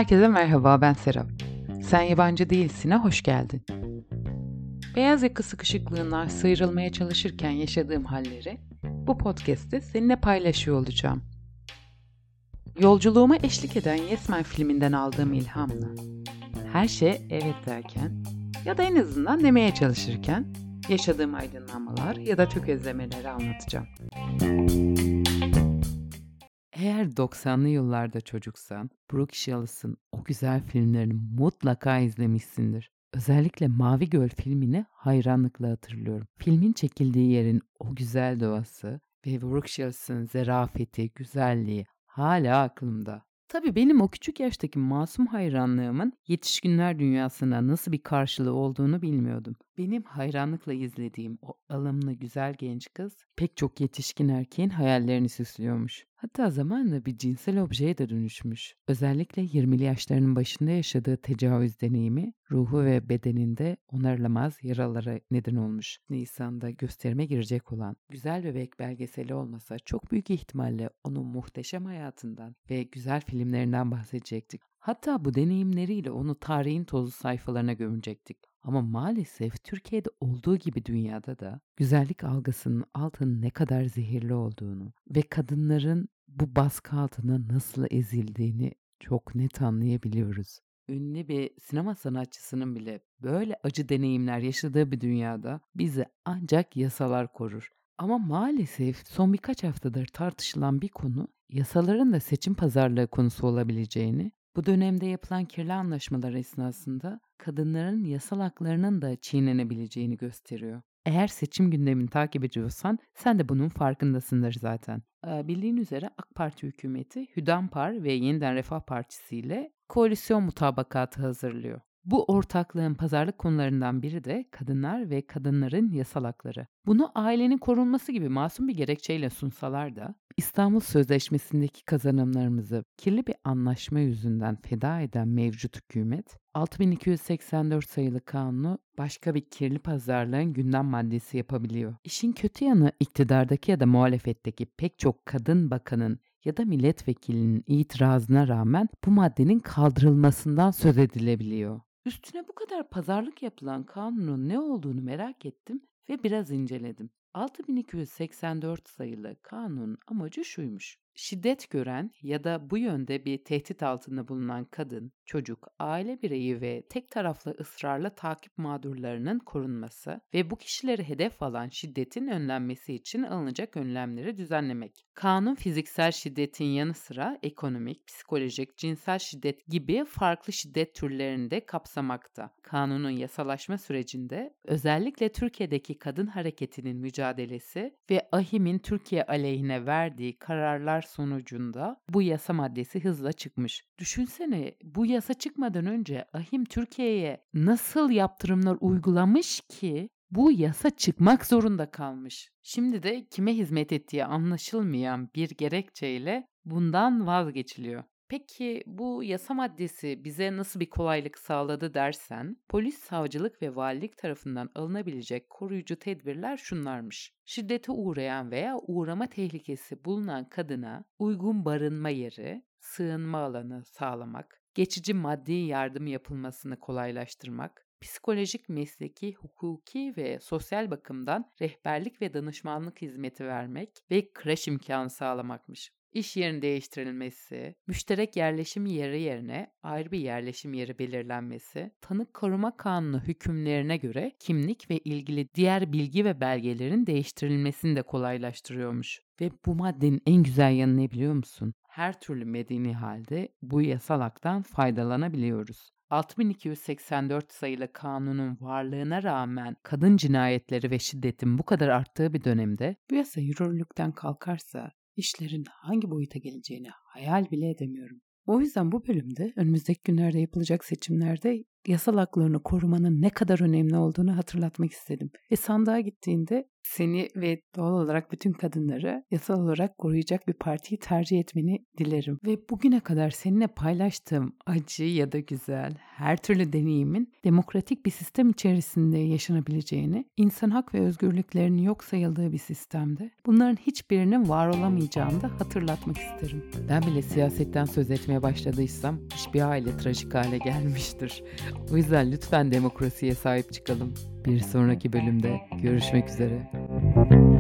Herkese merhaba, ben Serap. Sen Yabancı Değilsin'e hoş geldin. Beyaz yaka sıkışıklığından sıyrılmaya çalışırken yaşadığım halleri bu podcast'te seninle paylaşıyor olacağım. Yolculuğuma eşlik eden Yes Man filminden aldığım ilhamla her şeye evet derken ya da en azından demeye çalışırken yaşadığım aydınlanmalar ya da tökezlemeleri anlatacağım. Eğer 90'lı yıllarda çocuksan, Brooke Shields'ın o güzel filmlerini mutlaka izlemişsindir. Özellikle Mavi Göl filmini hayranlıkla hatırlıyorum. Filmin çekildiği yerin o güzel doğası ve Brooke Shields'ın zarafeti, güzelliği hala aklımda. Tabii benim o küçük yaştaki masum hayranlığımın yetişkinler dünyasına nasıl bir karşılığı olduğunu bilmiyordum. Benim hayranlıkla izlediğim o alımlı güzel genç kız pek çok yetişkin erkeğin hayallerini süslüyormuş. Hatta zamanla bir cinsel objeye de dönüşmüş. Özellikle 20'li yaşlarının başında yaşadığı tecavüz deneyimi ruhu ve bedeninde onarılamaz yaralara neden olmuş. Nisan'da gösterime girecek olan Güzel Bebek belgeseli olmasa çok büyük ihtimalle onun muhteşem hayatından ve güzel filmlerinden bahsedecektik. Hatta bu deneyimleriyle onu tarihin tozlu sayfalarına gömecektik. Ama maalesef Türkiye'de olduğu gibi dünyada da güzellik algısının altının ne kadar zehirli olduğunu ve kadınların bu baskı altına nasıl ezildiğini çok net anlayabiliyoruz. Ünlü bir sinema sanatçısının bile böyle acı deneyimler yaşadığı bir dünyada bizi ancak yasalar korur. Ama maalesef son birkaç haftadır tartışılan bir konu yasaların da seçim pazarlığı konusu olabileceğini, bu dönemde yapılan kirli anlaşmalar esnasında kadınların yasal haklarının da çiğnenebileceğini gösteriyor. Eğer seçim gündemini takip ediyorsan sen de bunun farkındasındır zaten. Bildiğin üzere AK Parti hükümeti Hüdapar ve Yeniden Refah Partisi ile koalisyon mutabakatı hazırlıyor. Bu ortaklığın pazarlık konularından biri de kadınlar ve kadınların yasal hakları. Bunu ailenin korunması gibi masum bir gerekçeyle sunsalar da İstanbul Sözleşmesi'ndeki kazanımlarımızı kirli bir anlaşma yüzünden feda eden mevcut hükümet, 6284 sayılı kanunu başka bir kirli pazarlığın gündem maddesi yapabiliyor. İşin kötü yanı iktidardaki ya da muhalefetteki pek çok kadın bakanın ya da milletvekilinin itirazına rağmen bu maddenin kaldırılmasından söz edilebiliyor. Üstüne bu kadar pazarlık yapılan kanunun ne olduğunu merak ettim ve biraz inceledim. 6284 sayılı kanunun amacı şuymuş: şiddet gören ya da bu yönde bir tehdit altında bulunan kadın, çocuk, aile bireyi ve tek taraflı ısrarla takip mağdurlarının korunması ve bu kişileri hedef alan şiddetin önlenmesi için alınacak önlemleri düzenlemek. Kanun fiziksel şiddetin yanı sıra ekonomik, psikolojik, cinsel şiddet gibi farklı şiddet türlerini de kapsamakta. Kanunun yasalaşma sürecinde özellikle Türkiye'deki kadın hareketinin mücadelesi ve AİHM'in Türkiye aleyhine verdiği kararlar sonucunda bu yasa maddesi hızla çıkmış. Düşünsene, bu yasa çıkmadan önce AİHM Türkiye'ye nasıl yaptırımlar uygulamış ki bu yasa çıkmak zorunda kalmış. Şimdi de kime hizmet ettiği anlaşılmayan bir gerekçeyle bundan vazgeçiliyor. Peki bu yasa maddesi bize nasıl bir kolaylık sağladı dersen, polis, savcılık ve valilik tarafından alınabilecek koruyucu tedbirler şunlarmış: şiddete uğrayan veya uğrama tehlikesi bulunan kadına uygun barınma yeri, sığınma alanı sağlamak, geçici maddi yardım yapılmasını kolaylaştırmak, psikolojik, mesleki, hukuki ve sosyal bakımdan rehberlik ve danışmanlık hizmeti vermek ve kreş imkanı sağlamakmış. İş yerinin değiştirilmesi, müşterek yerleşim yeri yerine ayrı bir yerleşim yeri belirlenmesi, tanık koruma kanunu hükümlerine göre kimlik ve ilgili diğer bilgi ve belgelerin değiştirilmesini de kolaylaştırıyormuş. Ve bu maddenin en güzel yanı ne biliyor musun? Her türlü medeni halde bu yasal haktan faydalanabiliyoruz. 6284 sayılı kanunun varlığına rağmen kadın cinayetleri ve şiddetin bu kadar arttığı bir dönemde bu yasa yürürlükten kalkarsa işlerin hangi boyuta geleceğini hayal bile edemiyorum. O yüzden bu bölümde önümüzdeki günlerde yapılacak seçimlerde yasal haklarını korumanın ne kadar önemli olduğunu hatırlatmak istedim. Sandığa gittiğinde Seni ve doğal olarak bütün kadınları yasal olarak koruyacak bir partiyi tercih etmeni dilerim. Ve bugüne kadar seninle paylaştığım acı ya da güzel her türlü deneyimin demokratik bir sistem içerisinde yaşanabileceğini, insan hak ve özgürlüklerinin yok sayıldığı bir sistemde bunların hiçbirinin var olamayacağını da hatırlatmak isterim. Ben bile siyasetten söz etmeye başladıysam hiçbir aile trajik hale gelmiştir. O yüzden lütfen demokrasiye sahip çıkalım. Bir sonraki bölümde görüşmek üzere.